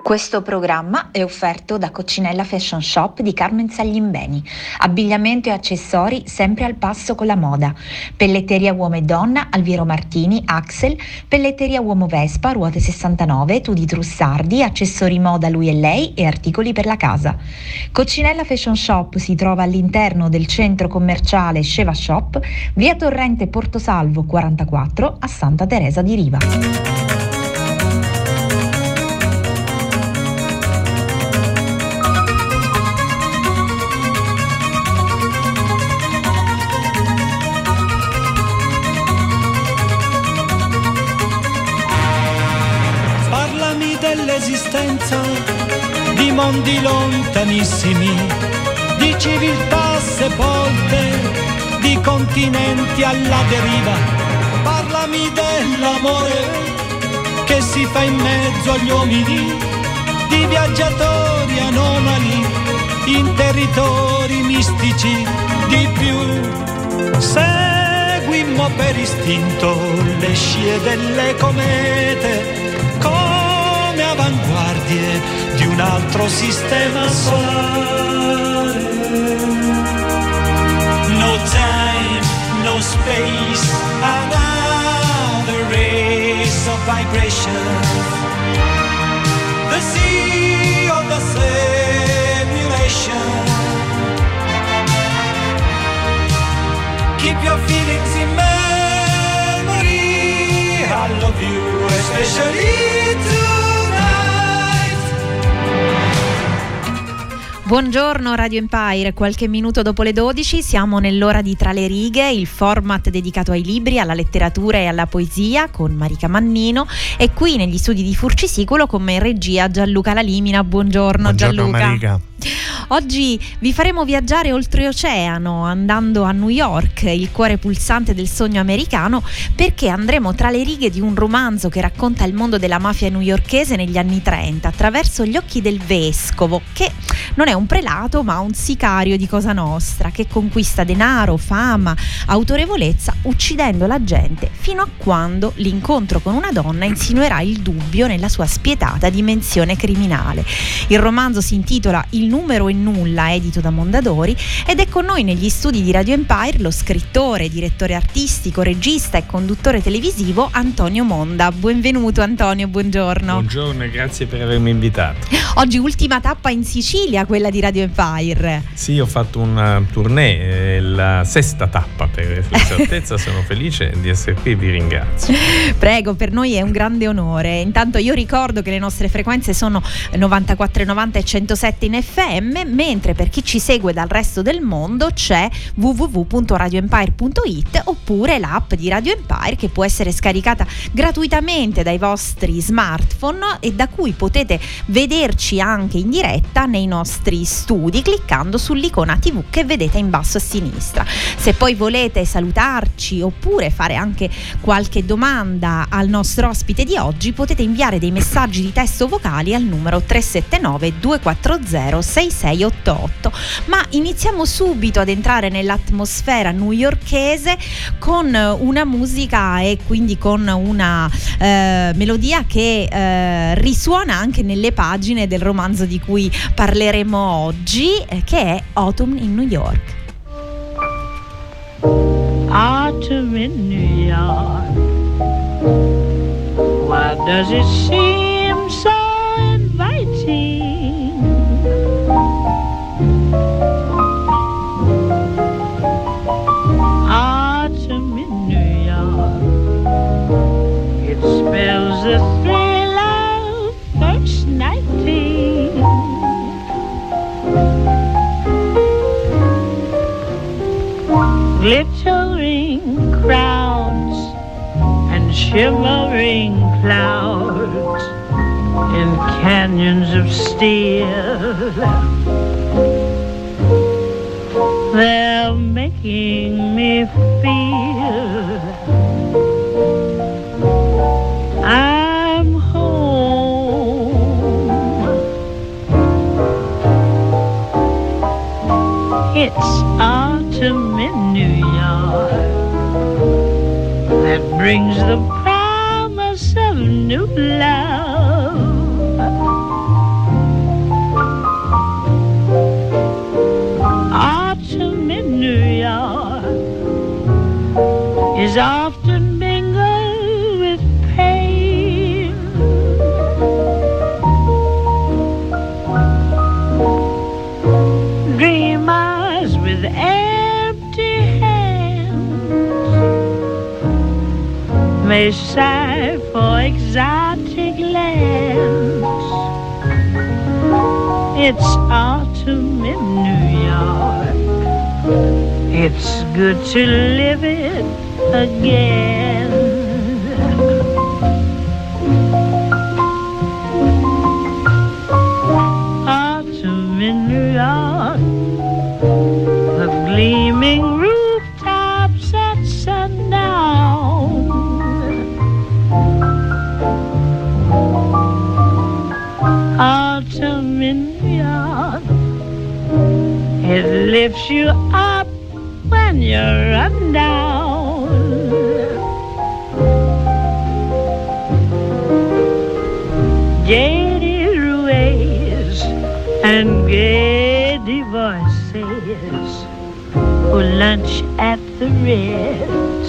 Questo programma è offerto da Coccinella Fashion Shop di Carmen Saglimbeni. Abbigliamento e accessori sempre al passo con la moda. Pelletteria uomo e donna, Alviero Martini, Axel. Pelletteria uomo Vespa, Ruote 69, Tudi Trussardi, accessori moda lui e lei e articoli per la casa. Coccinella Fashion Shop si trova all'interno del centro commerciale Sceva Shop, via Torrente Portosalvo 44 a Santa Teresa di Riva. Dell'esistenza di mondi lontanissimi, di civiltà sepolte, di continenti alla deriva. Parlami dell'amore che si fa in mezzo agli uomini, di viaggiatori anomali in territori mistici. Di più seguimmo per istinto le scie delle comete, avanguardie di un altro sistema solare. No time, no space, another race of vibration. The sea of the simulation. Keep your feelings in memory. I love you, especially tonight. Buongiorno Radio Empire, qualche minuto dopo le 12 siamo nell'ora di Tra le righe, il format dedicato ai libri, alla letteratura e alla poesia con Marica Mannino, e qui negli studi di Furcisicolo con me in regia Gianluca Lalimina. Buongiorno Gianluca. Marica. Oggi vi faremo viaggiare oltreoceano andando a New York, il cuore pulsante del sogno americano, perché andremo tra le righe di un romanzo che racconta il mondo della mafia newyorkese negli anni 30 attraverso gli occhi del vescovo, che non è un prelato ma un sicario di Cosa Nostra, che conquista denaro, fama, autorevolezza uccidendo la gente fino a quando l'incontro con una donna insinuerà il dubbio nella sua spietata dimensione criminale. Il romanzo si intitola Il numero e nulla, edito da Mondadori, ed è con noi negli studi di Radio Empire lo scrittore, direttore artistico, regista e conduttore televisivo Antonio Monda. Benvenuto Antonio, buongiorno. Buongiorno e grazie per avermi invitato. Oggi ultima tappa in Sicilia, quella di Radio Empire. Sì, ho fatto una tournée, la sesta tappa per l'esattezza. Sono felice di essere qui e vi ringrazio. Prego, per noi è un grande onore. Intanto io ricordo che le nostre frequenze sono 94,90 e 107 in FM, mentre per chi ci segue dal resto del mondo c'è www.radioempire.it oppure l'app di Radio Empire, che può essere scaricata gratuitamente dai vostri smartphone e da cui potete vederci anche in diretta nei nostri studi cliccando sull'icona TV che vedete in basso a sinistra. Se poi volete salutarci oppure fare anche qualche domanda al nostro ospite di oggi, potete inviare dei messaggi di testo vocali al numero 379 240 6688. Ma iniziamo subito ad entrare nell'atmosfera newyorkese con una musica e quindi con una melodia che risuona anche nelle pagine del romanzo di cui parleremo oggi, che è Autumn in New York. Autumn in New York, why does it seem so inviting? Autumn in New York, it spells the thrill of first nighting. Glittering crowds and shimmering clouds in canyons of steel, they're making me feel I'm home. It's autumn in New York that brings the promise of new love. They sigh for exotic lands. It's autumn in New York. It's good to live it again. Autumn in New York, the gleaming rooftops at sundown. Autumn in New York, it lifts you up when you're run down. Jaded ways and gay voices who lunch at the Ritz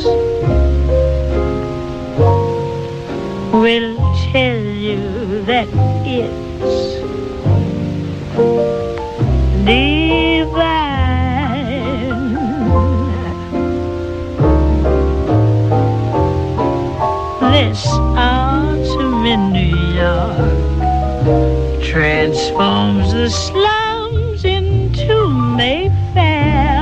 will tell you that it's divine. This autumn in New York transforms the slums into Mayfair.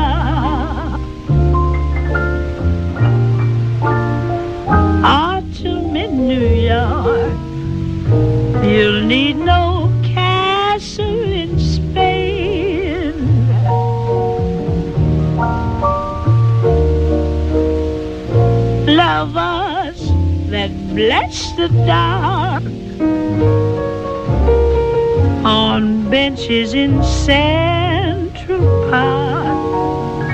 Autumn in New York, you'll need no castle in Spain. Lovers that bless the dark on benches in Central Park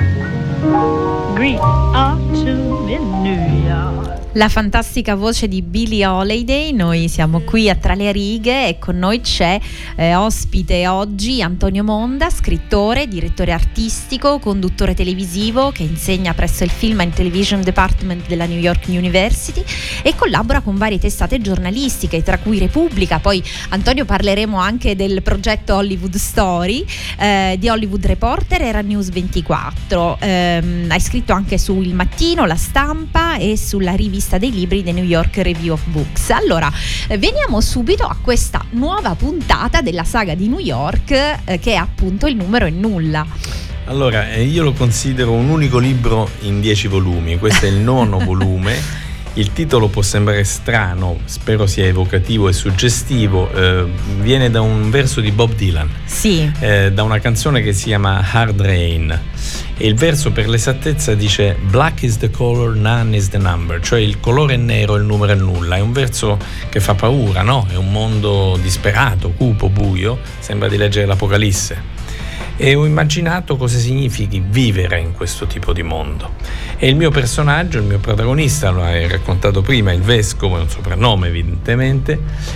greet autumn in New York. La fantastica voce di Billie Holiday. Noi siamo qui a Tra le righe e con noi c'è ospite oggi Antonio Monda, scrittore, direttore artistico, conduttore televisivo che insegna presso il Film and Television Department della New York University e collabora con varie testate giornalistiche, tra cui Repubblica. Poi Antonio parleremo anche del progetto Hollywood Story, di Hollywood Reporter e News 24. Hai scritto anche su Il Mattino, La Stampa e sulla rivista dei libri The New York Review of Books. Allora, veniamo subito a questa nuova puntata della saga di New York, che è appunto Il numero è nulla. Allora, io lo considero un unico libro in 10 volumi. Questo è il 9° volume. Il titolo può sembrare strano, spero sia evocativo e suggestivo. Viene da un verso di Bob Dylan, sì, da una canzone che si chiama Hard Rain. E il verso, per l'esattezza, dice Black is the color, none is the number, cioè il colore è nero, il numero è nulla. È un verso che fa paura, no? È un mondo disperato, cupo, buio, sembra di leggere l'Apocalisse. E ho immaginato cosa significhi vivere in questo tipo di mondo. E il mio personaggio, il mio protagonista, lo hai raccontato prima, il vescovo, è un soprannome evidentemente,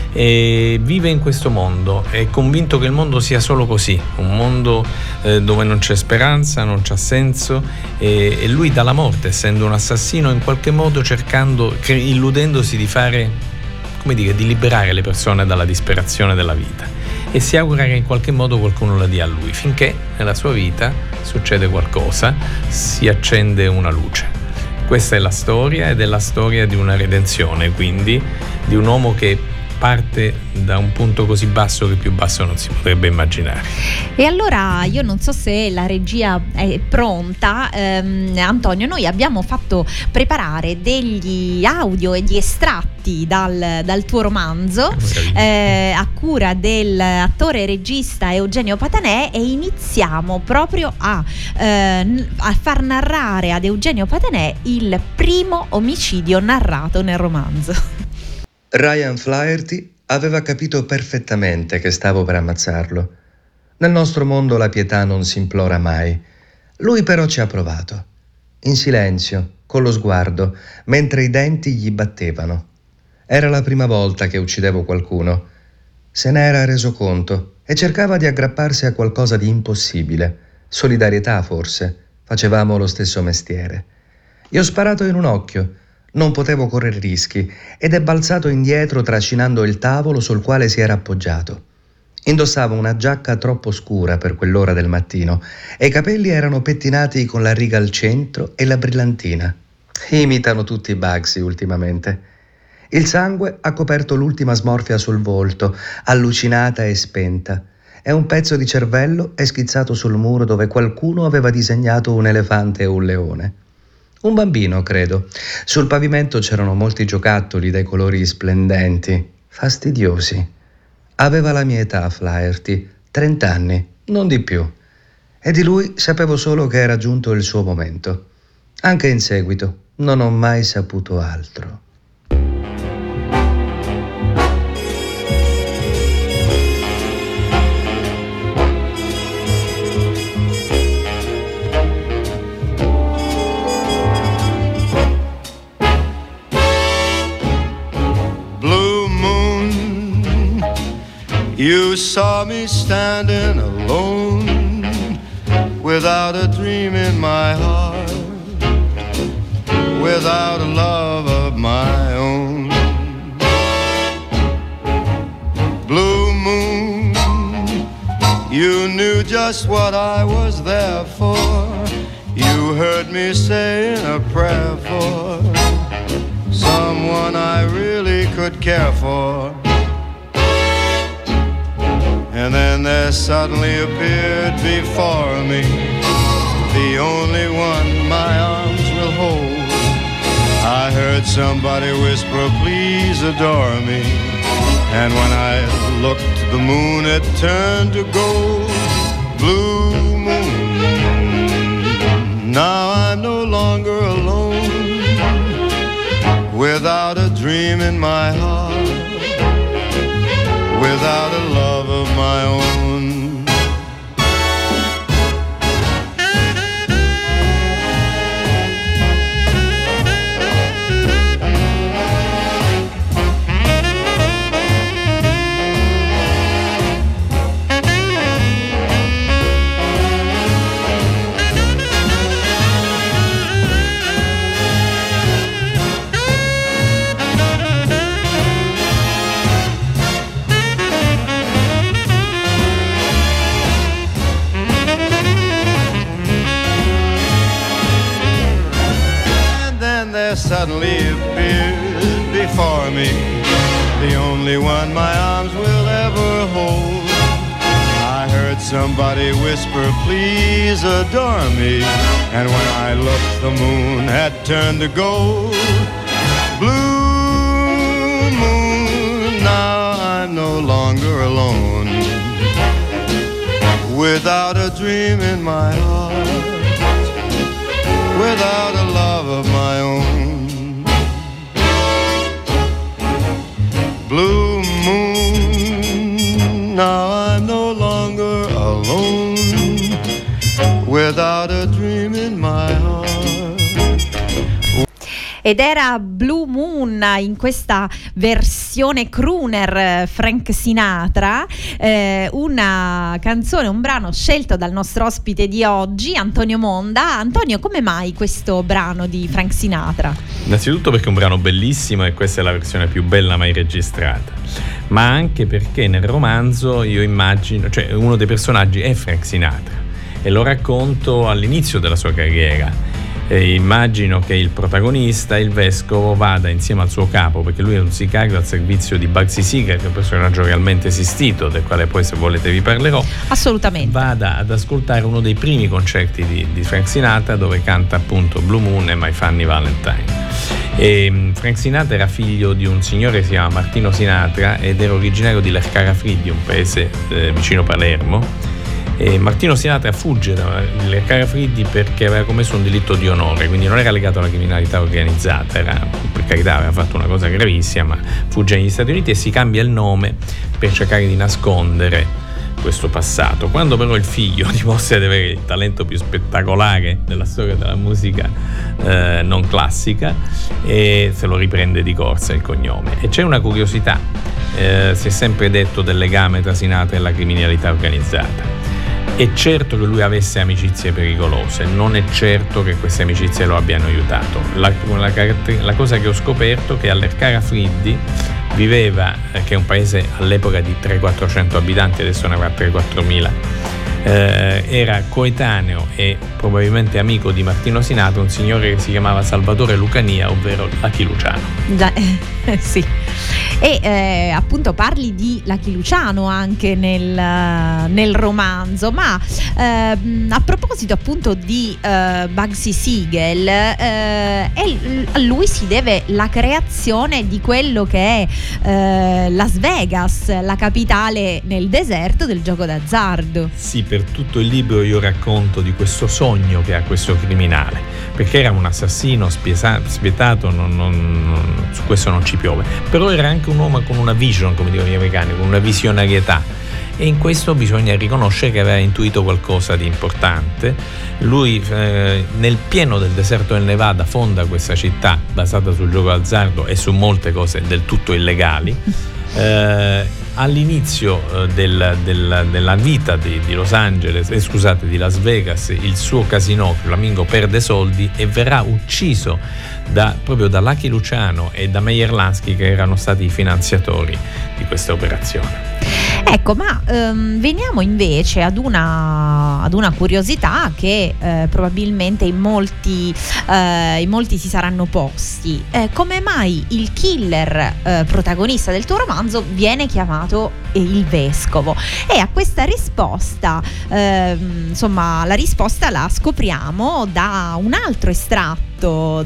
e vive in questo mondo, è convinto che il mondo sia solo così, un mondo dove non c'è speranza, non c'ha senso, e lui dalla morte, essendo un assassino, in qualche modo cercando, illudendosi di fare, come dire, di liberare le persone dalla disperazione della vita. E si augura che in qualche modo qualcuno la dia a lui, finché nella sua vita succede qualcosa, si accende una luce. Questa è la storia, ed è la storia di una redenzione, quindi di un uomo che parte da un punto così basso che più basso non si potrebbe immaginare. E allora io non so se la regia è pronta, Antonio, noi abbiamo fatto preparare degli audio e di estratti dal tuo romanzo a cura dell'attore e regista Eugenio Patanè, e iniziamo proprio a far narrare ad Eugenio Patanè il primo omicidio narrato nel romanzo. Ryan Flaherty aveva capito perfettamente che stavo per ammazzarlo. Nel nostro mondo la pietà non si implora mai. Lui però ci ha provato. In silenzio, con lo sguardo, mentre i denti gli battevano. Era la prima volta che uccidevo qualcuno. Se ne era reso conto e cercava di aggrapparsi a qualcosa di impossibile. Solidarietà, forse. Facevamo lo stesso mestiere. Gli ho sparato in un occhio. Non potevo correre rischi ed è balzato indietro trascinando il tavolo sul quale si era appoggiato. Indossava una giacca troppo scura per quell'ora del mattino e i capelli erano pettinati con la riga al centro e la brillantina. Imitano tutti Bugsy ultimamente. Il sangue ha coperto l'ultima smorfia sul volto, allucinata e spenta, e un pezzo di cervello è schizzato sul muro dove qualcuno aveva disegnato un elefante e un leone. Un bambino, credo. Sul pavimento c'erano molti giocattoli dai colori splendenti, fastidiosi. Aveva la mia età, Flaherty, 30 anni, non di più. E di lui sapevo solo che era giunto il suo momento. Anche in seguito non ho mai saputo altro. Blue moon, you saw me standing alone, without a dream in my heart, without a love of my own. Blue moon, you knew just what I was there for. You heard me saying a prayer for someone I really could care for. And then there suddenly appeared before me the only one my arms will hold. I heard somebody whisper, please adore me. And when I looked, the moon had turned to gold. Blue moon, now I'm no longer alone, without a dream in my heart, without a love of my own. Suddenly appeared before me the only one my arms will ever hold. I heard somebody whisper, please adore me. And when I looked, the moon had turned to gold. Blue moon, now I'm no longer alone, without a dream in my heart, without a love of my own. Blue moon, now I'm no longer alone, without a dream in my heart. Ed era Blue Moon in questa versione crooner Frank Sinatra, una canzone, un brano scelto dal nostro ospite di oggi, Antonio Monda. Antonio, come mai questo brano di Frank Sinatra? Innanzitutto perché è un brano bellissimo e questa è la versione più bella mai registrata, ma anche perché nel romanzo io immagino, cioè uno dei personaggi è Frank Sinatra e lo racconto all'inizio della sua carriera. Immagino che il protagonista, il vescovo, vada insieme al suo capo, perché lui è un sicario al servizio di Bugsy Siegel, che è un personaggio realmente esistito, del quale poi, se volete, vi parlerò. Assolutamente. Vada ad ascoltare uno dei primi concerti di Frank Sinatra, dove canta appunto Blue Moon e My Funny Valentine. E Frank Sinatra era figlio di un signore che si chiama Martino Sinatra ed era originario di Lercara Friddi, un paese vicino Palermo. E Martino Sinatra fugge da Lercara Friddi perché aveva commesso un delitto di onore, quindi non era legato alla criminalità organizzata, era, per carità, aveva fatto una cosa gravissima, ma fugge negli Stati Uniti e si cambia il nome per cercare di nascondere questo passato. Quando però il figlio dimostra di avere il talento più spettacolare della storia della musica non classica, e se lo riprende di corsa il cognome. E c'è una curiosità, si è sempre detto del legame tra Sinatra e la criminalità organizzata. È certo che lui avesse amicizie pericolose, non è certo che queste amicizie lo abbiano aiutato. La cosa che ho scoperto è che all'Ercara Friddi viveva, che è un paese all'epoca di 300-400 abitanti, adesso ne avrà 3-4 mila, era coetaneo e probabilmente amico di Martino Sinato, un signore che si chiamava Salvatore Lucania, ovvero Lucky Luciano. Sì. E appunto parli di Lucky Luciano anche nel romanzo, ma a proposito appunto di Bugsy Siegel, a lui si deve la creazione di quello che è Las Vegas, la capitale nel deserto del gioco d'azzardo. Sì, per tutto il libro io racconto di questo sogno che ha questo criminale, perché era un assassino spietato, su questo non ci piove, però era anche un uomo con una vision, come dicono gli americani, con una visionarietà, e in questo bisogna riconoscere che aveva intuito qualcosa di importante. Lui nel pieno del deserto del Nevada fonda questa città basata sul gioco d'azzardo e su molte cose del tutto illegali. All'inizio della vita di Los Angeles, di Las Vegas, il suo casinò Flamingo perde soldi e verrà ucciso proprio da Lucky Luciano e da Meyer Lansky, che erano stati i finanziatori di questa operazione. Ecco, ma veniamo invece ad una curiosità che probabilmente in molti si saranno posti. Come mai il killer protagonista del tuo romanzo viene chiamato il vescovo? E a questa risposta, la risposta la scopriamo da un altro estratto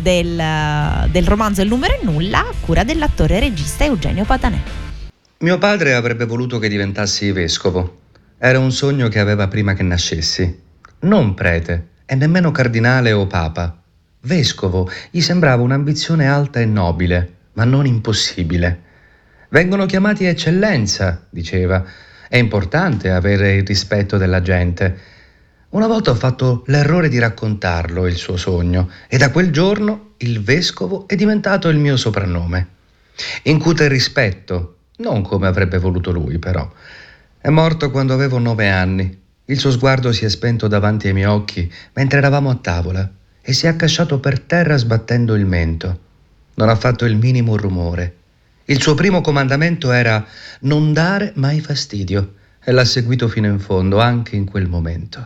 del romanzo Il numero è nulla, a cura dell'attore e regista Eugenio Patanè. Mio padre avrebbe voluto che diventassi vescovo. Era un sogno che aveva prima che nascessi. Non prete e nemmeno cardinale o papa. Vescovo gli sembrava un'ambizione alta e nobile, ma non impossibile. Vengono chiamati eccellenza, diceva. È importante avere il rispetto della gente. Una volta ho fatto l'errore di raccontarlo, il suo sogno, e da quel giorno il vescovo è diventato il mio soprannome. Incute il rispetto, non come avrebbe voluto lui, però. È morto quando avevo 9 anni. Il suo sguardo si è spento davanti ai miei occhi mentre eravamo a tavola e si è accasciato per terra sbattendo il mento. Non ha fatto il minimo rumore. Il suo primo comandamento era non dare mai fastidio e l'ha seguito fino in fondo, anche in quel momento.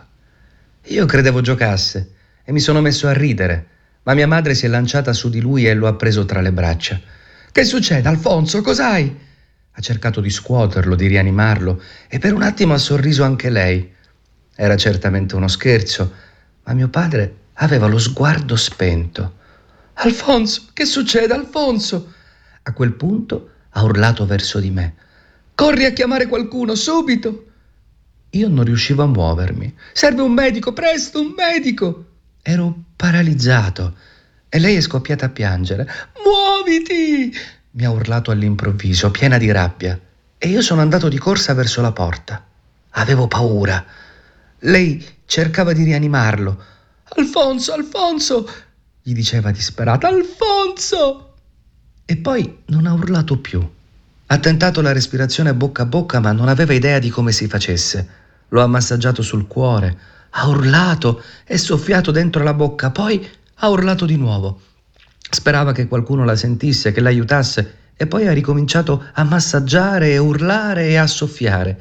Io credevo giocasse e mi sono messo a ridere, ma mia madre si è lanciata su di lui e lo ha preso tra le braccia. «Che succede, Alfonso? Cos'hai?» Ha cercato di scuoterlo, di rianimarlo, e per un attimo ha sorriso anche lei. Era certamente uno scherzo, ma mio padre aveva lo sguardo spento. «Alfonso, che succede, Alfonso?» A quel punto ha urlato verso di me. «Corri a chiamare qualcuno, subito!» Io non riuscivo a muovermi. «Serve un medico, presto, un medico!» Ero paralizzato e lei è scoppiata a piangere. «Muoviti!» mi ha urlato all'improvviso, piena di rabbia, e io sono andato di corsa verso la porta. Avevo paura. Lei cercava di rianimarlo. «Alfonso, Alfonso!» gli diceva disperata. «Alfonso!» E poi non ha urlato più. Ha tentato la respirazione bocca a bocca, ma non aveva idea di come si facesse. Lo ha massaggiato sul cuore, ha urlato e soffiato dentro la bocca, poi ha urlato di nuovo. Sperava che qualcuno la sentisse, che l'aiutasse, e poi ha ricominciato a massaggiare e urlare e a soffiare.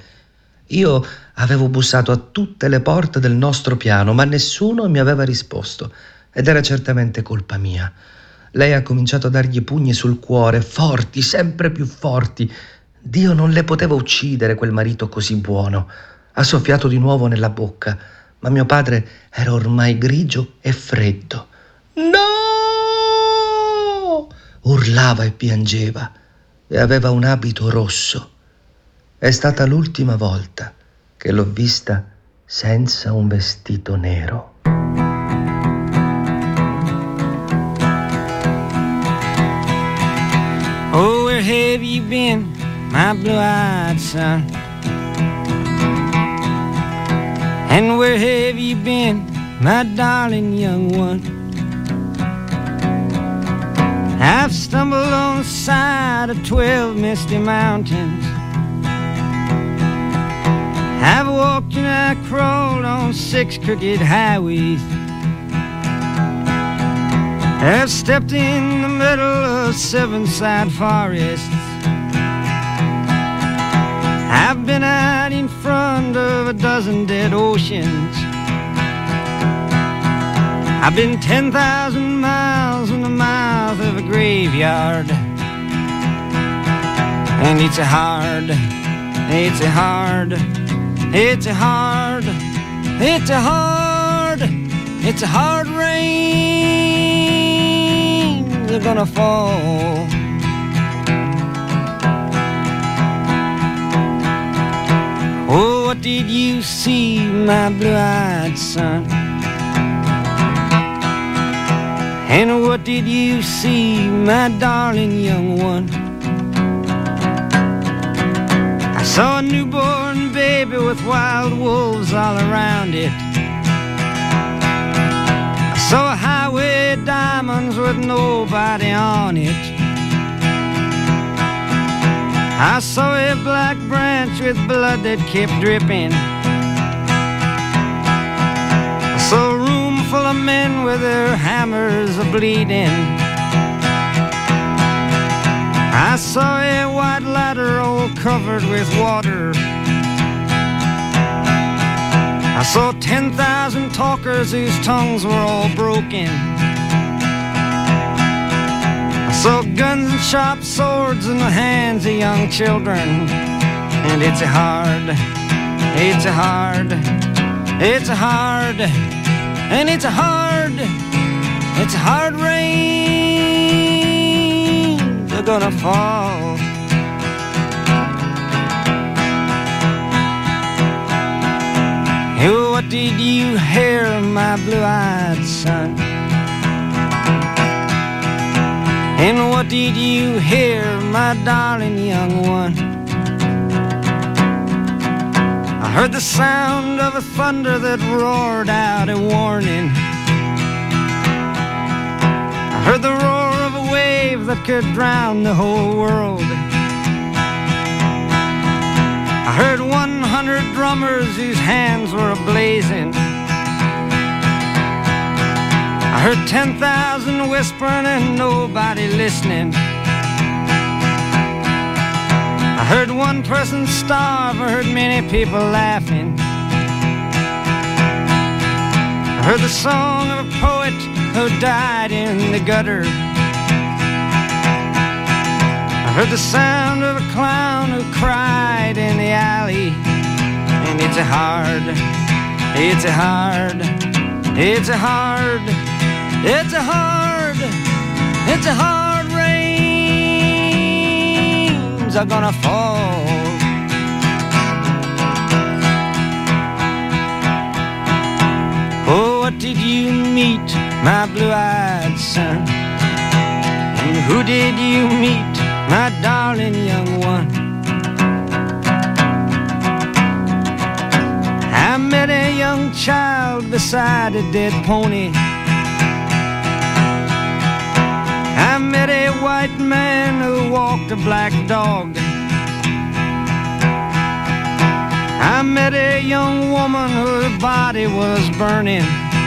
Io avevo bussato a tutte le porte del nostro piano, ma nessuno mi aveva risposto, ed era certamente colpa mia. Lei ha cominciato a dargli pugni sul cuore, forti, sempre più forti. Dio non le poteva uccidere, quel marito così buono. Ha soffiato di nuovo nella bocca, ma mio padre era ormai grigio e freddo. «No!» Urlava e piangeva e aveva un abito rosso. È stata l'ultima volta che l'ho vista senza un vestito nero. Oh, where have you been, my blue-eyed son? And where have you been, my darling young one? I've stumbled on the side of 12 misty mountains. I've walked and I crawled on 6 crooked highways. I've stepped in the middle of 7 side forests. I've been out in front of a dozen dead oceans. I've been 10,000 miles in the mouth of a graveyard. And it's a hard, it's a hard, it's a hard, it's a hard, it's a hard rain they're gonna fall. Oh, what did you see, my blue-eyed son? And what did you see, my darling young one? I saw a newborn baby with wild wolves all around it. I saw a highway of diamonds with nobody on it. I saw a black branch with blood that kept dripping. I saw a room full of men with their hammers a-bleeding. I saw a white ladder all covered with water. I saw 10,000 talkers whose tongues were all broken. I saw guns and sharp swords in the hands of young children. And it's a hard, it's a hard, it's a hard, and it's a hard, it's a hard rain they're gonna fall. Oh, what did you hear, my blue-eyed son? And what did you hear, my darling young one? I heard the sound of a thunder that roared out a warning. I heard the roar of a wave that could drown the whole world. I heard 100 drummers whose hands were ablazing. I heard 10,000 whispering and nobody listening. I heard one person starve, I heard many people laughing. I heard the song of a poet who died in the gutter. I heard the sound of a clown who cried in the alley. And it's a hard, it's a hard, it's a hard, it's a hard, it's a hard rains are gonna fall. Oh, what did you meet, my blue-eyed son? And who did you meet, my darling young one? I met a young child beside a dead pony. I met a white man who walked a black dog. I met a young woman whose body was burning.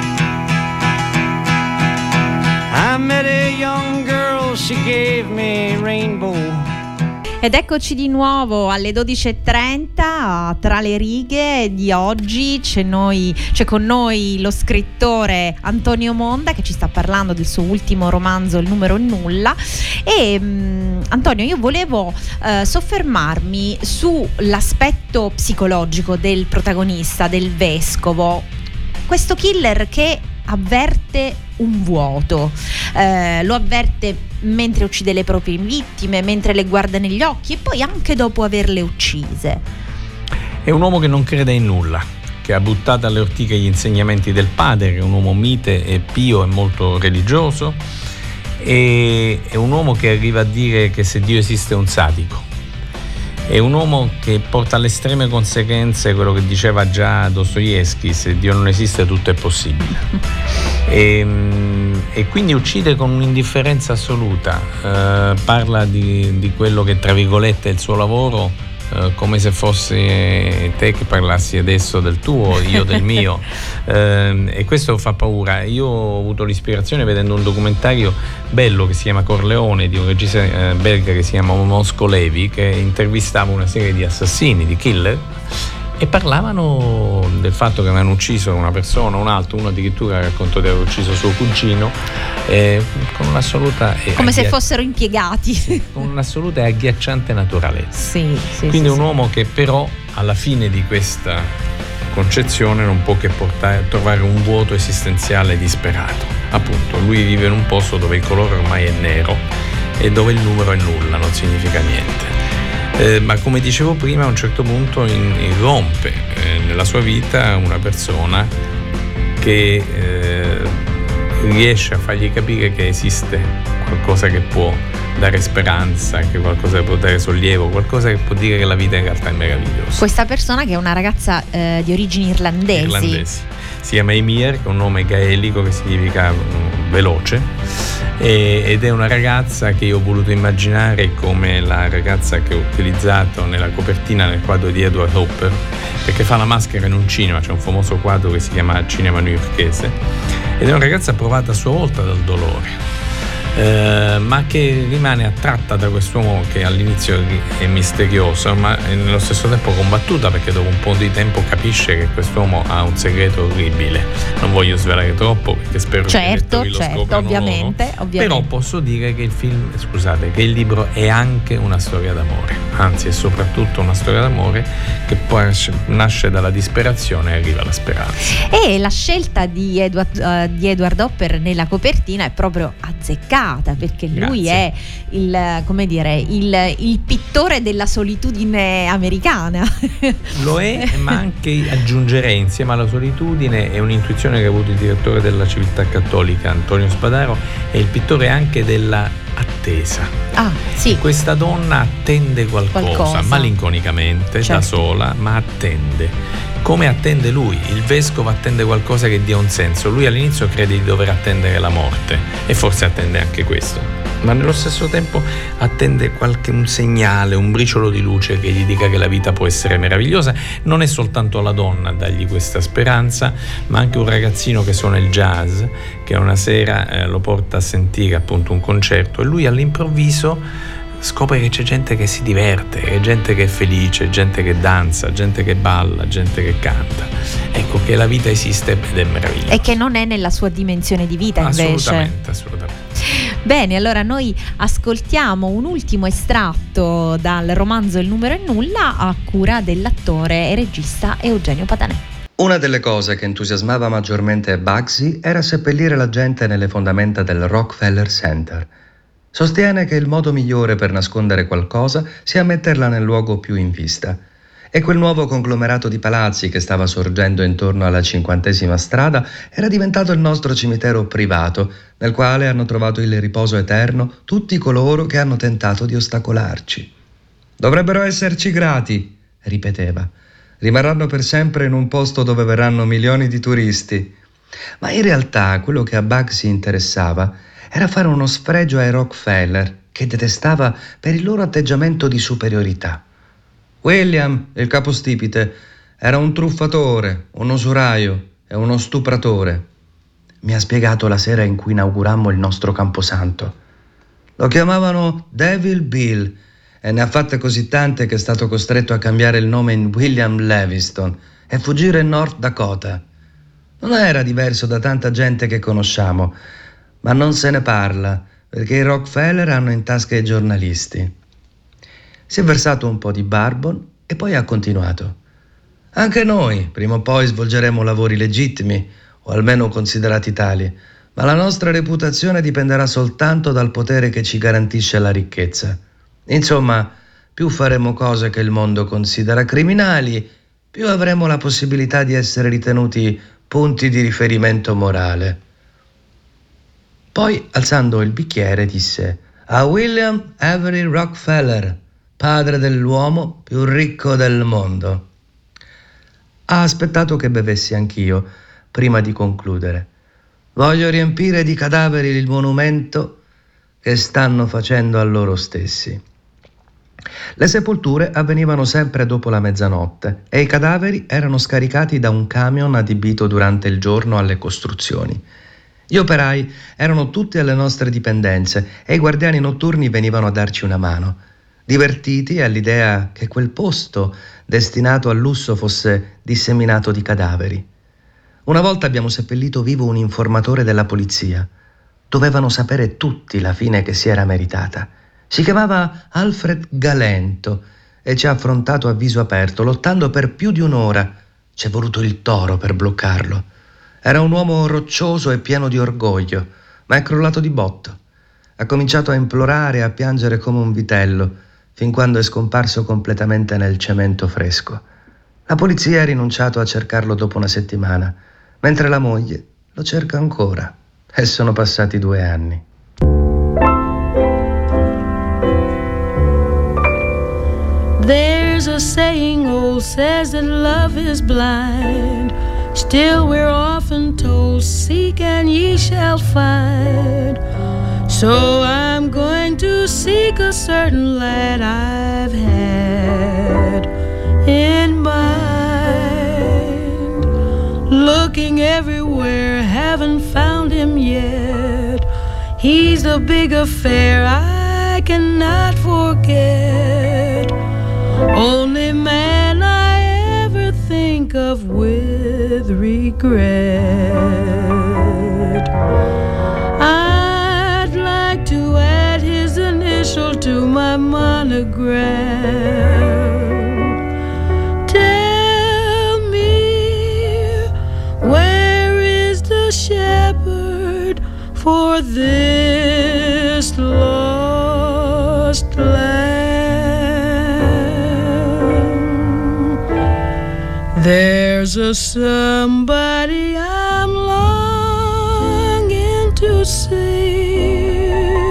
I met a young girl, she gave me a rainbow. Ed eccoci di nuovo alle 12.30 tra le righe di oggi. C'è con noi lo scrittore Antonio Monda che ci sta parlando del suo ultimo romanzo, Il numero nulla. E Antonio, io volevo soffermarmi sull'aspetto psicologico del protagonista, del vescovo, questo killer che avverte un vuoto, lo avverte mentre uccide le proprie vittime, mentre le guarda negli occhi e poi anche dopo averle uccise. È un uomo che non crede in nulla, che ha buttato alle ortiche gli insegnamenti del padre, che è un uomo mite e pio e molto religioso, e è un uomo che arriva a dire che se Dio esiste è un sadico. È un uomo che porta alle estreme conseguenze quello che diceva già Dostoevskij: se Dio non esiste tutto è possibile. E quindi uccide con un'indifferenza assoluta, parla di quello che tra virgolette è il suo lavoro, come se fosse te che parlassi adesso del tuo, io del mio, e questo fa paura. Io ho avuto l'ispirazione vedendo un documentario bello che si chiama Corleone, di un regista belga che si chiama Mosco Levi, che intervistava una serie di assassini, di killer, e parlavano del fatto che avevano ucciso una persona, un altro, uno addirittura raccontò di aver ucciso suo cugino, con un'assoluta come se fossero impiegati, con un'assoluta e agghiacciante naturalezza. Quindi un uomo che però alla fine di questa concezione non può che trovare un vuoto esistenziale disperato. Appunto, lui vive in un posto dove il colore ormai è nero e dove il numero è nulla, non significa niente. Ma come dicevo prima, a un certo punto irrompe nella sua vita una persona che riesce a fargli capire che esiste qualcosa che può dare speranza, che qualcosa che può dare sollievo, qualcosa che può dire che la vita in realtà è meravigliosa. Questa persona, che è una ragazza di origini irlandesi. Si chiama Emir, che è un nome gaelico che significa veloce, ed è una ragazza che io ho voluto immaginare come la ragazza che ho utilizzato nella copertina nel quadro di Edward Hopper, perché fa la maschera in un cinema, c'è un famoso quadro che si chiama Cinema newyorkese, ed è una ragazza provata a sua volta dal dolore, ma che rimane attratta da quest'uomo che all'inizio è misterioso, ma nello stesso tempo combattuta, perché dopo un po' di tempo capisce che quest'uomo ha un segreto orribile. Non voglio svelare troppo, perché spero che i lettori lo scoprano ovviamente. Però posso dire che che il libro è anche una storia d'amore, anzi è soprattutto una storia d'amore che poi nasce dalla disperazione e arriva alla speranza. E la scelta di Edward Hopper nella copertina è proprio azzeccata, perché lui è il pittore della solitudine americana. Lo è, ma anche aggiungerei, insieme alla solitudine, è un'intuizione che ha avuto il direttore della Civiltà Cattolica Antonio Spadaro, è il pittore anche della attesa. Questa donna attende qualcosa. Malinconicamente, da sola, ma attende. Come attende lui? Il vescovo attende qualcosa che dia un senso. Lui all'inizio crede di dover attendere la morte, e forse attende anche questo, ma nello stesso tempo attende un segnale, un briciolo di luce che gli dica che la vita può essere meravigliosa. Non è soltanto la donna a dargli questa speranza, ma anche un ragazzino che suona il jazz, che una sera lo porta a sentire appunto un concerto, e lui all'improvviso scopre che c'è gente che si diverte, che gente che è felice, gente che danza, gente che balla, gente che canta. Ecco che la vita esiste ed è meravigliosa. E che non è nella sua dimensione di vita, invece. Assolutamente. Bene, allora noi ascoltiamo un ultimo estratto dal romanzo Il numero è nulla, a cura dell'attore e regista Eugenio Patanè. Una delle cose che entusiasmava maggiormente Bugsy era seppellire la gente nelle fondamenta del Rockefeller Center. Sostiene che il modo migliore per nascondere qualcosa sia metterla nel luogo più in vista. E quel nuovo conglomerato di palazzi che stava sorgendo intorno alla 50ª strada era diventato il nostro cimitero privato, nel quale hanno trovato il riposo eterno tutti coloro che hanno tentato di ostacolarci. Dovrebbero esserci grati, ripeteva. Rimarranno per sempre in un posto dove verranno milioni di turisti. Ma in realtà quello che a Bugsy interessava era fare uno sfregio ai Rockefeller, che detestava per il loro atteggiamento di superiorità. William, il capostipite, era un truffatore, un usuraio e uno stupratore. Mi ha spiegato la sera in cui inaugurammo il nostro camposanto. Lo chiamavano Devil Bill e ne ha fatte così tante che è stato costretto a cambiare il nome in William Leviston e fuggire in North Dakota. Non era diverso da tanta gente che conosciamo, ma non se ne parla perché i Rockefeller hanno in tasca i giornalisti. Si è versato un po' di bourbon e poi ha continuato. Anche noi prima o poi svolgeremo lavori legittimi, o almeno considerati tali, ma la nostra reputazione dipenderà soltanto dal potere che ci garantisce la ricchezza. Insomma, più faremo cose che il mondo considera criminali, più avremo la possibilità di essere ritenuti punti di riferimento morale. Poi, alzando il bicchiere, disse: a William Avery Rockefeller, padre dell'uomo più ricco del mondo. Ha aspettato che bevessi anch'io, prima di concludere. Voglio riempire di cadaveri il monumento che stanno facendo a loro stessi. Le sepolture avvenivano sempre dopo la mezzanotte e i cadaveri erano scaricati da un camion adibito durante il giorno alle costruzioni. Gli operai erano tutti alle nostre dipendenze e i guardiani notturni venivano a darci una mano. divertiti all'idea che quel posto destinato al lusso fosse disseminato di cadaveri. Una volta abbiamo seppellito vivo un informatore della polizia. Dovevano sapere tutti la fine che si era meritata. Si chiamava Alfred Galento e ci ha affrontato a viso aperto, lottando per più di un'ora. C'è voluto il toro per bloccarlo. Era un uomo roccioso e pieno di orgoglio, ma è crollato di botto. Ha cominciato a implorare e a piangere come un vitello, fin quando è scomparso completamente nel cemento fresco. La polizia ha rinunciato a cercarlo dopo una settimana, mentre la moglie lo cerca ancora. E sono passati 2 anni. There's a saying old says that love is blind. Still we're often told, seek and ye shall find. So I'm going to seek a certain lad I've had in mind. Looking everywhere, haven't found him yet. He's the big affair I cannot forget. Only man I ever think of with regret. I'd like to add his initial to my monogram. Tell me, where is the shepherd for this lost land? There's a somebody I'm longing to see.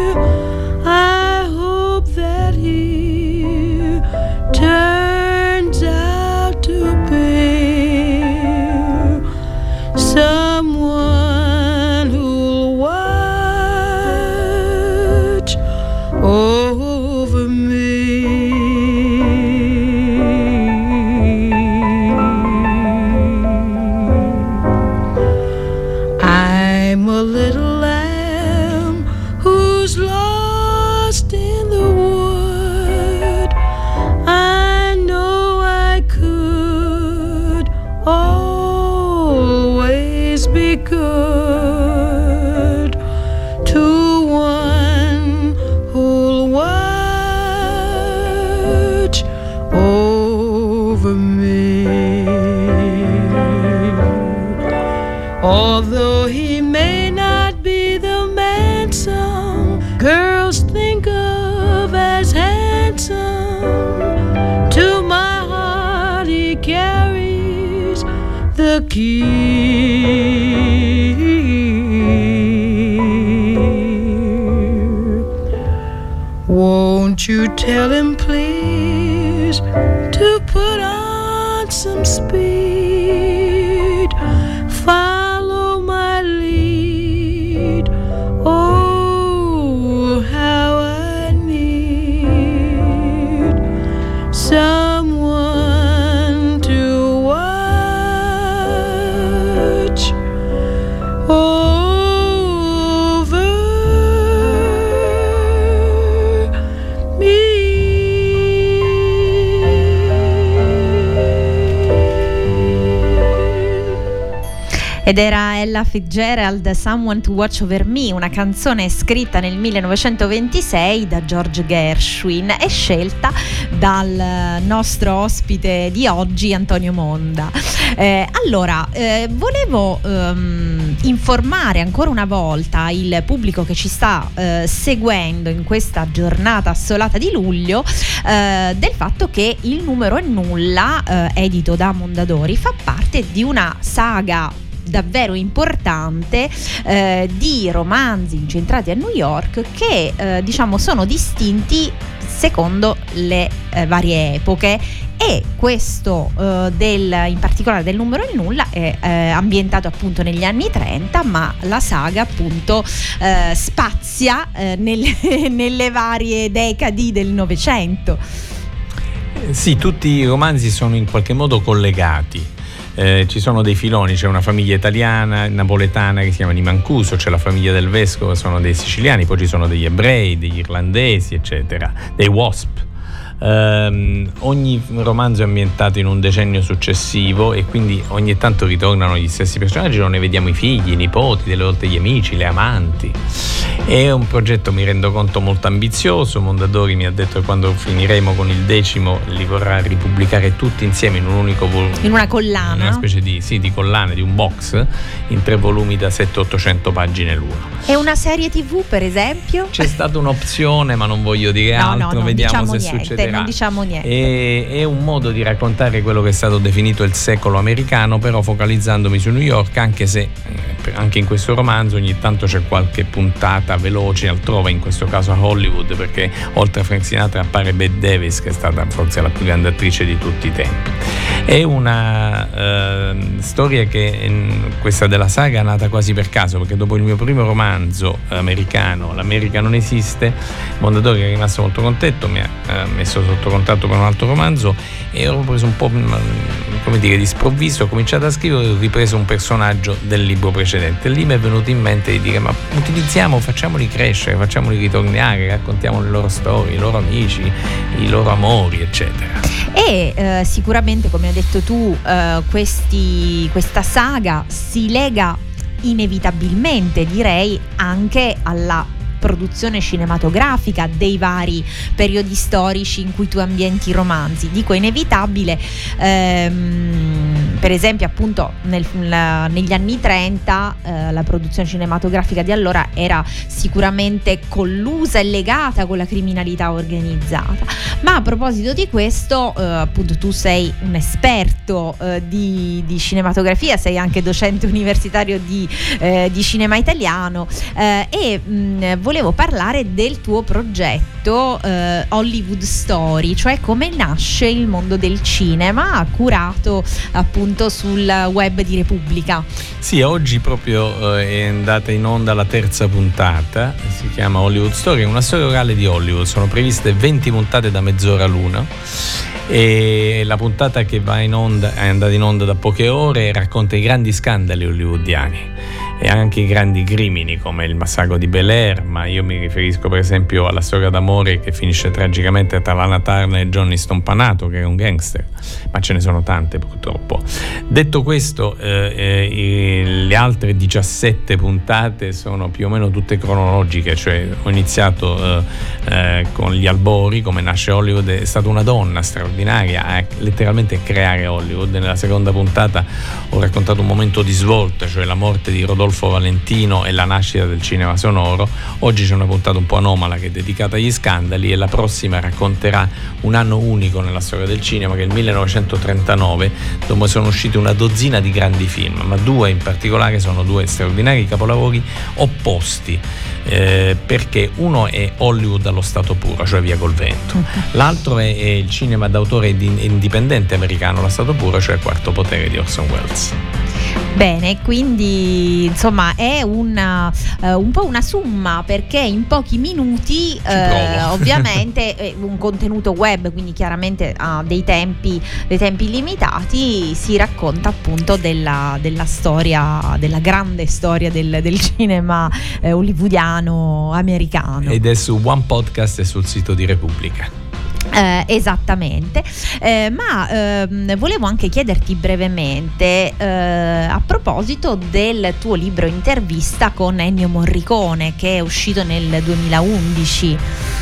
I hope that he turns out to be someone who'll watch over me. I'm a little lamb who's lost in the wood. I know I could always be good to one who'll watch over me. Although he may not be the man some girls think of as handsome, to my heart he carries the key. Won't you tell him please to put on some speed? Follow my lead. Oh, how I need someone to watch over me. Ed era Ella Fitzgerald, Someone to Watch Over Me, una canzone scritta nel 1926 da George Gershwin e scelta dal nostro ospite di oggi, Antonio Monda. Volevo informare ancora una volta il pubblico che ci sta seguendo in questa giornata assolata di luglio del fatto che Il numero è nulla, edito da Mondadori, fa parte di una saga davvero importante di romanzi incentrati a New York che sono distinti secondo le varie epoche, e questo in particolare del numero è nulla è ambientato appunto negli anni 30, ma la saga appunto spazia nelle varie decadi del Novecento. Sì, tutti i romanzi sono in qualche modo collegati. Ci sono dei filoni, c'è una famiglia italiana, napoletana che si chiama di Mancuso, c'è la famiglia del vescovo, sono dei siciliani, poi ci sono degli ebrei, degli irlandesi, eccetera, dei Wasp. Ogni romanzo è ambientato in un decennio successivo e quindi ogni tanto ritornano gli stessi personaggi, non ne vediamo i figli, i nipoti, delle volte gli amici, le amanti. È un progetto, mi rendo conto, molto ambizioso. Mondadori mi ha detto che quando finiremo con il 10° li vorrà ripubblicare tutti insieme in un unico volume, in una collana, una specie di collane, di un box in 3 volumi da 700-800 pagine l'uno. E una serie TV, per esempio? C'è stata un'opzione, ma non voglio dire altro, vediamo diciamo se niente, succederà. Non diciamo niente. È un modo di raccontare quello che è stato definito il secolo americano, però focalizzandomi su New York, anche se anche in questo romanzo ogni tanto c'è qualche puntata veloce altrove, in questo caso a Hollywood, perché oltre a Frank Sinatra appare Bette Davis, che è stata forse la più grande attrice di tutti i tempi. È una storia che questa della saga è nata quasi per caso, perché dopo il mio primo romanzo americano, L'America non esiste, Mondadori è rimasto molto contento, mi ha messo sotto contatto per un altro romanzo e ho preso un po' come dire di sprovvisto, ho cominciato a scrivere e ho ripreso un personaggio del libro precedente. Lì mi è venuto in mente di dire: ma facciamoli crescere, facciamoli ritornare, raccontiamo le loro storie, i loro amici, i loro amori, eccetera. E sicuramente, come hai detto tu, questa saga si lega inevitabilmente, direi, anche alla produzione cinematografica dei vari periodi storici in cui tu ambienti i romanzi. Dico inevitabile, per esempio appunto negli anni 30 la produzione cinematografica di allora era sicuramente collusa e legata con la criminalità organizzata. Ma a proposito di questo, appunto tu sei un esperto di cinematografia, sei anche docente universitario di cinema italiano, e volevo parlare del tuo progetto Hollywood Story, cioè come nasce il mondo del cinema, curato appunto sul web di Repubblica. Sì, oggi proprio è andata in onda la 3ª puntata, si chiama Hollywood Story, è una storia orale di Hollywood, sono previste 20 puntate da mezz'ora l'una. E la puntata che va in onda è andata in onda da poche ore, racconta i grandi scandali hollywoodiani e anche i grandi crimini come il massacro di Bel Air, ma io mi riferisco per esempio alla storia d'amore che finisce tragicamente tra Lana Turner e Johnny Stompanato, che è un gangster, ma ce ne sono tante purtroppo. Detto questo, le altre 17 puntate sono più o meno tutte cronologiche, cioè ho iniziato con gli albori, come nasce Hollywood. È stata una donna straordinaria a letteralmente creare Hollywood. Nella seconda puntata ho raccontato un momento di svolta, cioè la morte di Rodolfo Valentino e la nascita del cinema sonoro. Oggi c'è una puntata un po' anomala che è dedicata agli scandali, e la prossima racconterà un anno unico nella storia del cinema, che è il 1939, dove sono usciti una dozzina di grandi film, ma 2 in particolare sono 2 straordinari capolavori opposti, perché uno è Hollywood allo stato puro, cioè Via col vento, l'altro è il cinema d'autore indipendente americano allo stato puro, cioè Quarto potere di Orson Welles. Bene, quindi insomma è un po' una summa, perché in pochi minuti ovviamente un contenuto web, quindi chiaramente ha dei tempi limitati, si racconta appunto della storia, della grande storia del cinema hollywoodiano americano. Ed è su One Podcast e sul sito di Repubblica. Esattamente, ma volevo anche chiederti brevemente a proposito del tuo libro intervista con Ennio Morricone, che è uscito nel 2011.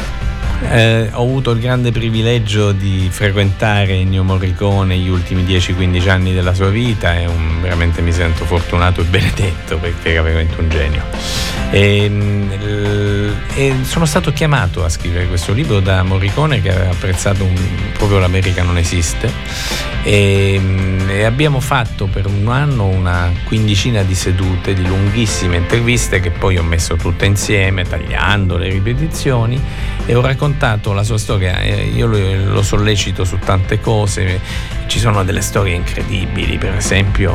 Ho avuto il grande privilegio di frequentare Ennio Morricone gli ultimi 10-15 anni della sua vita, veramente mi sento fortunato e benedetto, perché era veramente un genio. E sono stato chiamato a scrivere questo libro da Morricone, che aveva apprezzato proprio L'America non esiste, e abbiamo fatto per un anno una quindicina di sedute, di lunghissime interviste, che poi ho messo tutte insieme tagliando le ripetizioni, e ho raccontato la sua storia. Io lo sollecito su tante cose, ci sono delle storie incredibili, per esempio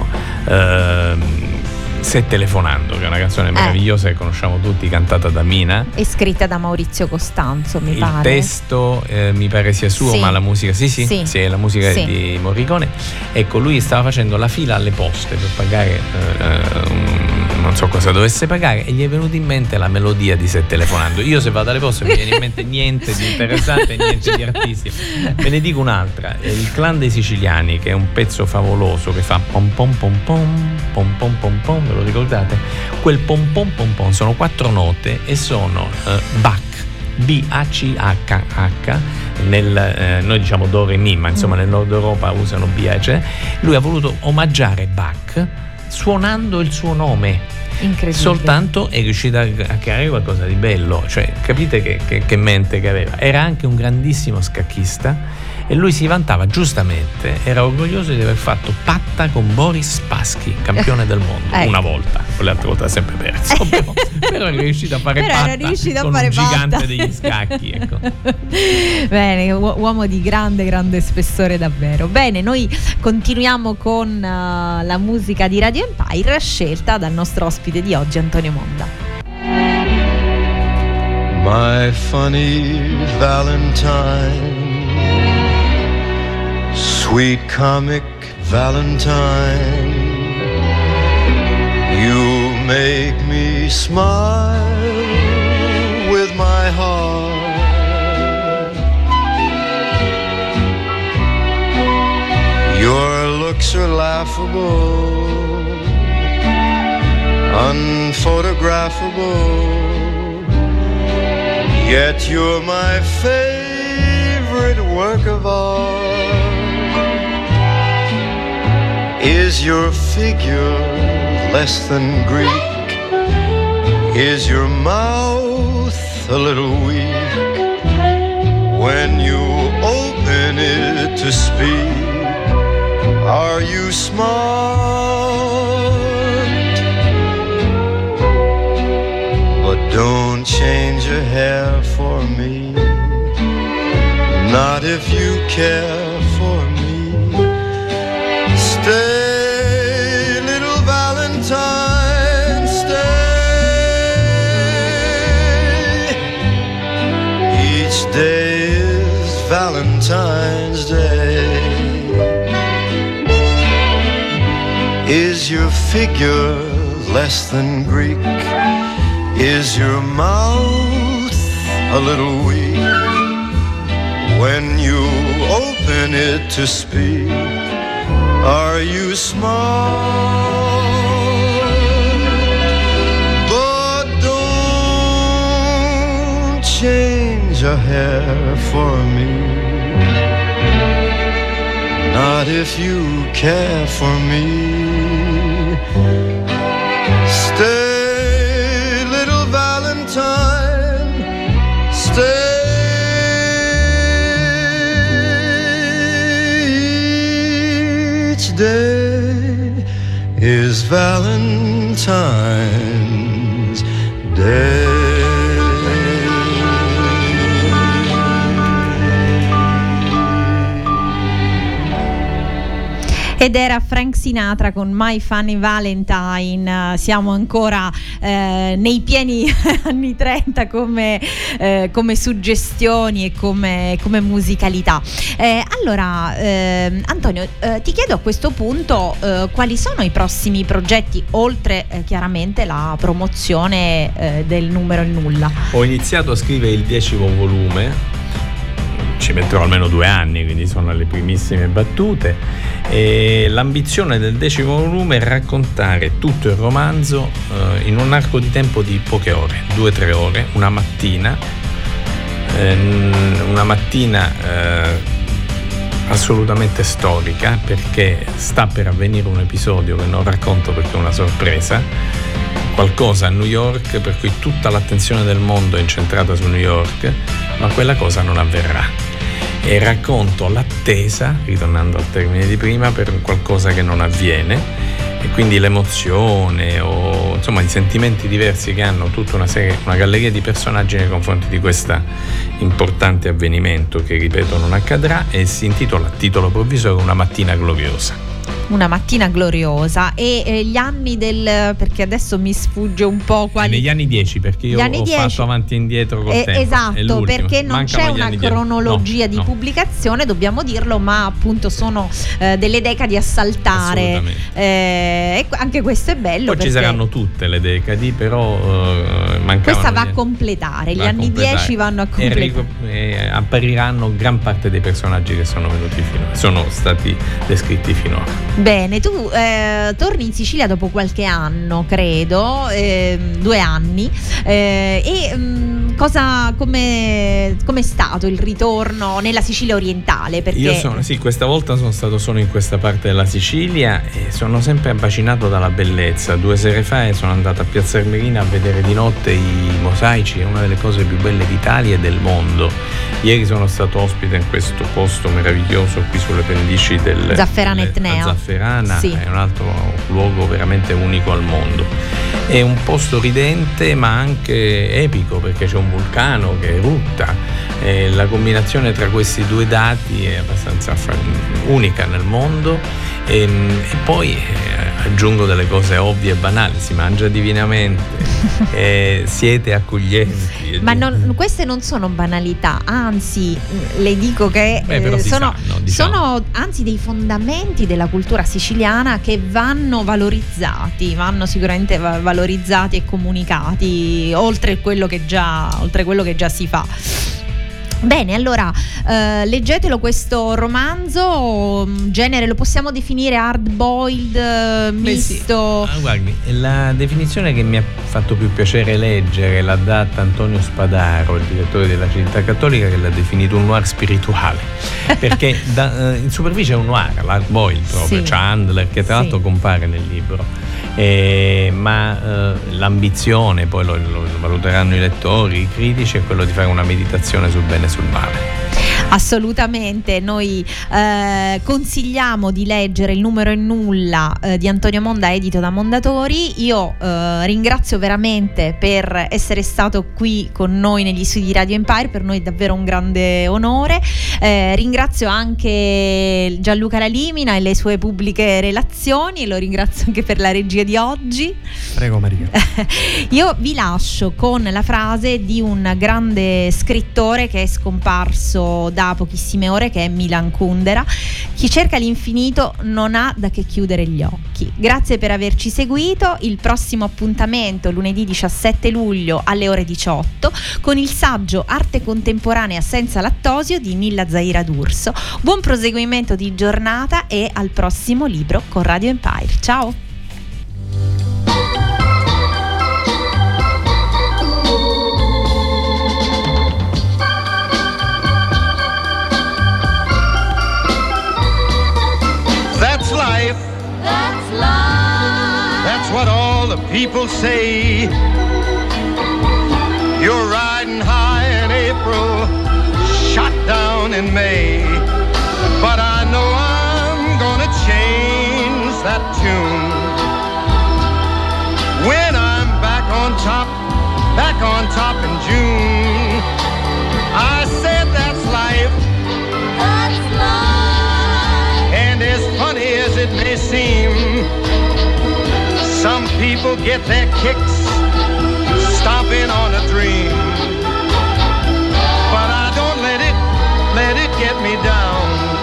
Se telefonando, che è una canzone meravigliosa che conosciamo tutti, cantata da Mina e scritta da Maurizio Costanzo, mi pare. Il testo mi pare sia suo, sì. Ma la musica sì, è la musica di Morricone. Ecco, lui stava facendo la fila alle poste per pagare non so cosa dovesse pagare, e gli è venuta in mente la melodia di Se telefonando. Io se vado alle poste mi viene in mente niente di interessante, niente di artistico. Ve ne dico un'altra, Il Clan dei Siciliani, che è un pezzo favoloso che fa pom pom pom pom pom pom pom pom, ve lo ricordate? Quel pom pom pom pom sono 4 note e sono Bach, B-A-C-H-H, noi diciamo do re mi, ma insomma nel nord Europa usano B-A-C. Lui ha voluto omaggiare Bach suonando il suo nome. Incredibile. Soltanto è riuscita a creare qualcosa di bello, cioè capite che mente che aveva. Era anche un grandissimo scacchista e lui si vantava, giustamente, era orgoglioso di aver fatto patta con Boris Spassky, campione del mondo, una volta, con le altre volte ha sempre perso, però è riuscito a fare patta con un gigante degli scacchi, ecco. Bene, uomo di grande spessore davvero. Bene, noi continuiamo con la musica di Radio Empire scelta dal nostro ospite di oggi, Antonio Monda. My funny Valentine, sweet comic Valentine, you make me smile with my heart. Your looks are laughable, unphotographable, yet you're my favorite work of art. Is your figure less than Greek? Is your mouth a little weak? When you open it to speak, are you smart? But don't change your hair for me, not if you care for me. Stay, little Valentine, stay. Each day is Valentine's Day. Is your figure less than Greek? Is your mouth a little weak? When you open it to speak, are you smart? But don't change a hair for me, not if you care for me. Stay, little Valentine, stay. Day is Valentine's Day. Ed era Frank Sinatra con My Funny Valentine. Siamo ancora nei pieni anni 30 come suggestioni e come musicalità. Allora Antonio, ti chiedo a questo punto quali sono i prossimi progetti, oltre chiaramente la promozione del numero Il Nulla. Ho iniziato a scrivere il 10° volume, ci metterò almeno 2 anni, quindi sono alle primissime battute, e l'ambizione del 10° volume è raccontare tutto il romanzo in un arco di tempo di poche ore, 2-3 ore, una mattina assolutamente storica, perché sta per avvenire un episodio che non racconto perché è una sorpresa, qualcosa a New York, per cui tutta l'attenzione del mondo è incentrata su New York, ma quella cosa non avverrà. E racconto l'attesa, ritornando al termine di prima, per qualcosa che non avviene, e quindi l'emozione o insomma i sentimenti diversi che hanno tutta una galleria di personaggi nei confronti di questo importante avvenimento che, ripeto, non accadrà, e si intitola, titolo provvisorio, Una mattina gloriosa. Una mattina gloriosa. E gli anni perché adesso mi sfugge un po' quali. Negli anni 10, perché io ho fatto avanti e indietro col tempo. Esatto, perché non c'è una cronologia di pubblicazione, dobbiamo dirlo, ma appunto sono delle decadi a saltare. E anche questo è bello. Poi ci saranno tutte le decadi, però mancavano. Questa va a completare, gli anni 10 vanno a completare. Appariranno gran parte dei personaggi che sono venuti sono stati descritti finora. Bene, tu torni in Sicilia dopo qualche anno, credo, 2 anni, com'è stato il ritorno nella Sicilia orientale? Perché io questa volta sono stato solo in questa parte della Sicilia e sono sempre abbacinato dalla bellezza. 2 sere fa sono andato a Piazza Armerina a vedere di notte i mosaici, è una delle cose più belle d'Italia e del mondo. Ieri sono stato ospite in questo posto meraviglioso qui sulle pendici del Zafferana Etnea. Zafferana, sì. È un altro luogo veramente unico al mondo. È un posto ridente ma anche epico, perché c'è un vulcano che erutta. La combinazione tra questi 2 dati è abbastanza unica nel mondo. E poi aggiungo delle cose ovvie e banali: si mangia divinamente, siete accoglienti. Ma queste non sono banalità, anzi le dico che sono anzi dei fondamenti della cultura siciliana che vanno valorizzati, vanno sicuramente valorizzati e comunicati oltre quello che già si fa. Bene, allora leggetelo questo romanzo, genere lo possiamo definire hard boiled, misto? Sì. Guardi, la definizione che mi ha fatto più piacere leggere l'ha data Antonio Spadaro, il direttore della Civiltà Cattolica, che l'ha definito un noir spirituale, perché in superficie è un noir, l'hard boiled proprio, sì. Chandler, che tra l'altro compare nel libro. Ma l'ambizione, poi lo valuteranno i lettori, i critici, è quello di fare una meditazione sul bene e sul male. Assolutamente, noi consigliamo di leggere Il numero è nulla di Antonio Monda, edito da Mondadori. Io ringrazio veramente per essere stato qui con noi negli studi di Radio Empire, per noi è davvero un grande onore. Ringrazio anche Gianluca Lalimina e le sue pubbliche relazioni, e lo ringrazio anche per la regia di oggi. Prego Maria. Io vi lascio con la frase di un grande scrittore che è scomparso da pochissime ore, che è Milan Kundera: chi cerca l'infinito non ha da che chiudere gli occhi. Grazie per averci seguito. Il prossimo appuntamento lunedì 17 luglio alle ore 18 con il saggio Arte contemporanea senza lattosio di Nilla Zaira D'Urso. Buon proseguimento di giornata e al prossimo libro con Radio Empire. Ciao. That's life. That's life. That's what all the people say. You're riding high in April, shot down in May. But I know I'm gonna change that tune when I'm back on top in June. I said that's life. That's life. And as funny as it may seem, some people get their kicks stomping on a dream. But I don't let it get me down,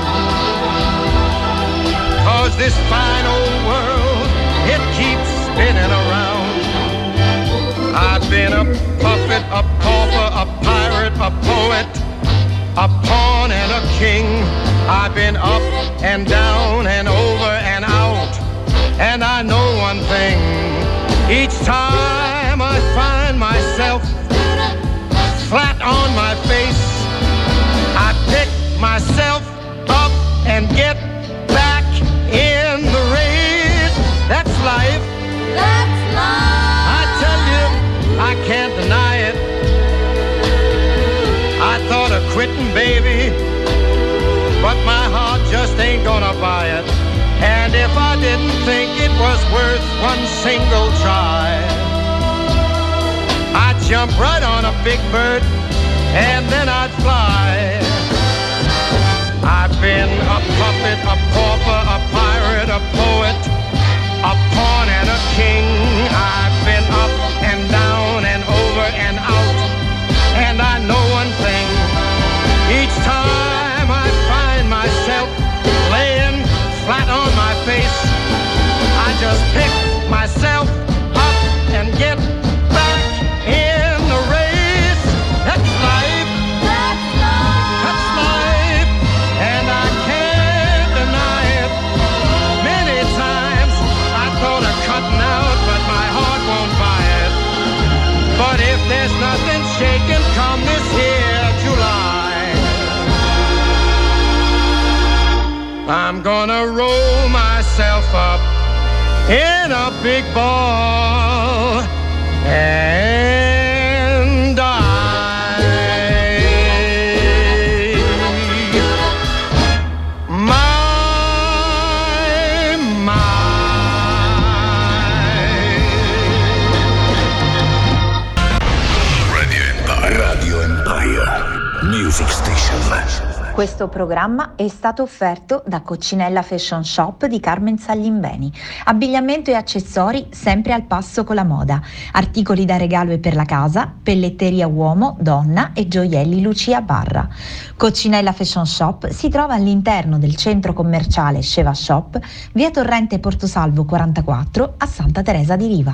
'cause this fine old world, it keeps spinning around. I've been a puppet, a pauper, a pirate, a poet, a pawn and a king. I've been up and down and over and out, and I know one thing: each time I find myself flat on my face, I pick myself up and get back in the race. That's life. That's life. I tell you, I can't deny it. I thought of quitting, baby, but my heart just ain't gonna buy it. And if I didn't think it was worth one single try, I'd jump right on a big bird and then I'd fly. I've been a puppet, a pauper, a pirate, pirate, a poet, a pawn and a king. I've been up and down and over and out, and I know one thing. Each time I find myself laying flat on my face, I just pick myself up and get back in the race. That's life. That's life. And I can't deny it. Many times I thought of cutting out, but my heart won't buy it. But if there's nothing shaking come this here July, I'm gonna roll myself up in a big ball and die. My. Radio Empire Music Station. Questo programma è stato offerto da Coccinella Fashion Shop di Carmen Saglimbeni. Abbigliamento e accessori sempre al passo con la moda. Articoli da regalo e per la casa, pelletteria uomo, donna e gioielli Lucia Barra. Coccinella Fashion Shop si trova all'interno del centro commerciale Sceva Shop, via Torrente Portosalvo 44 a Santa Teresa di Riva.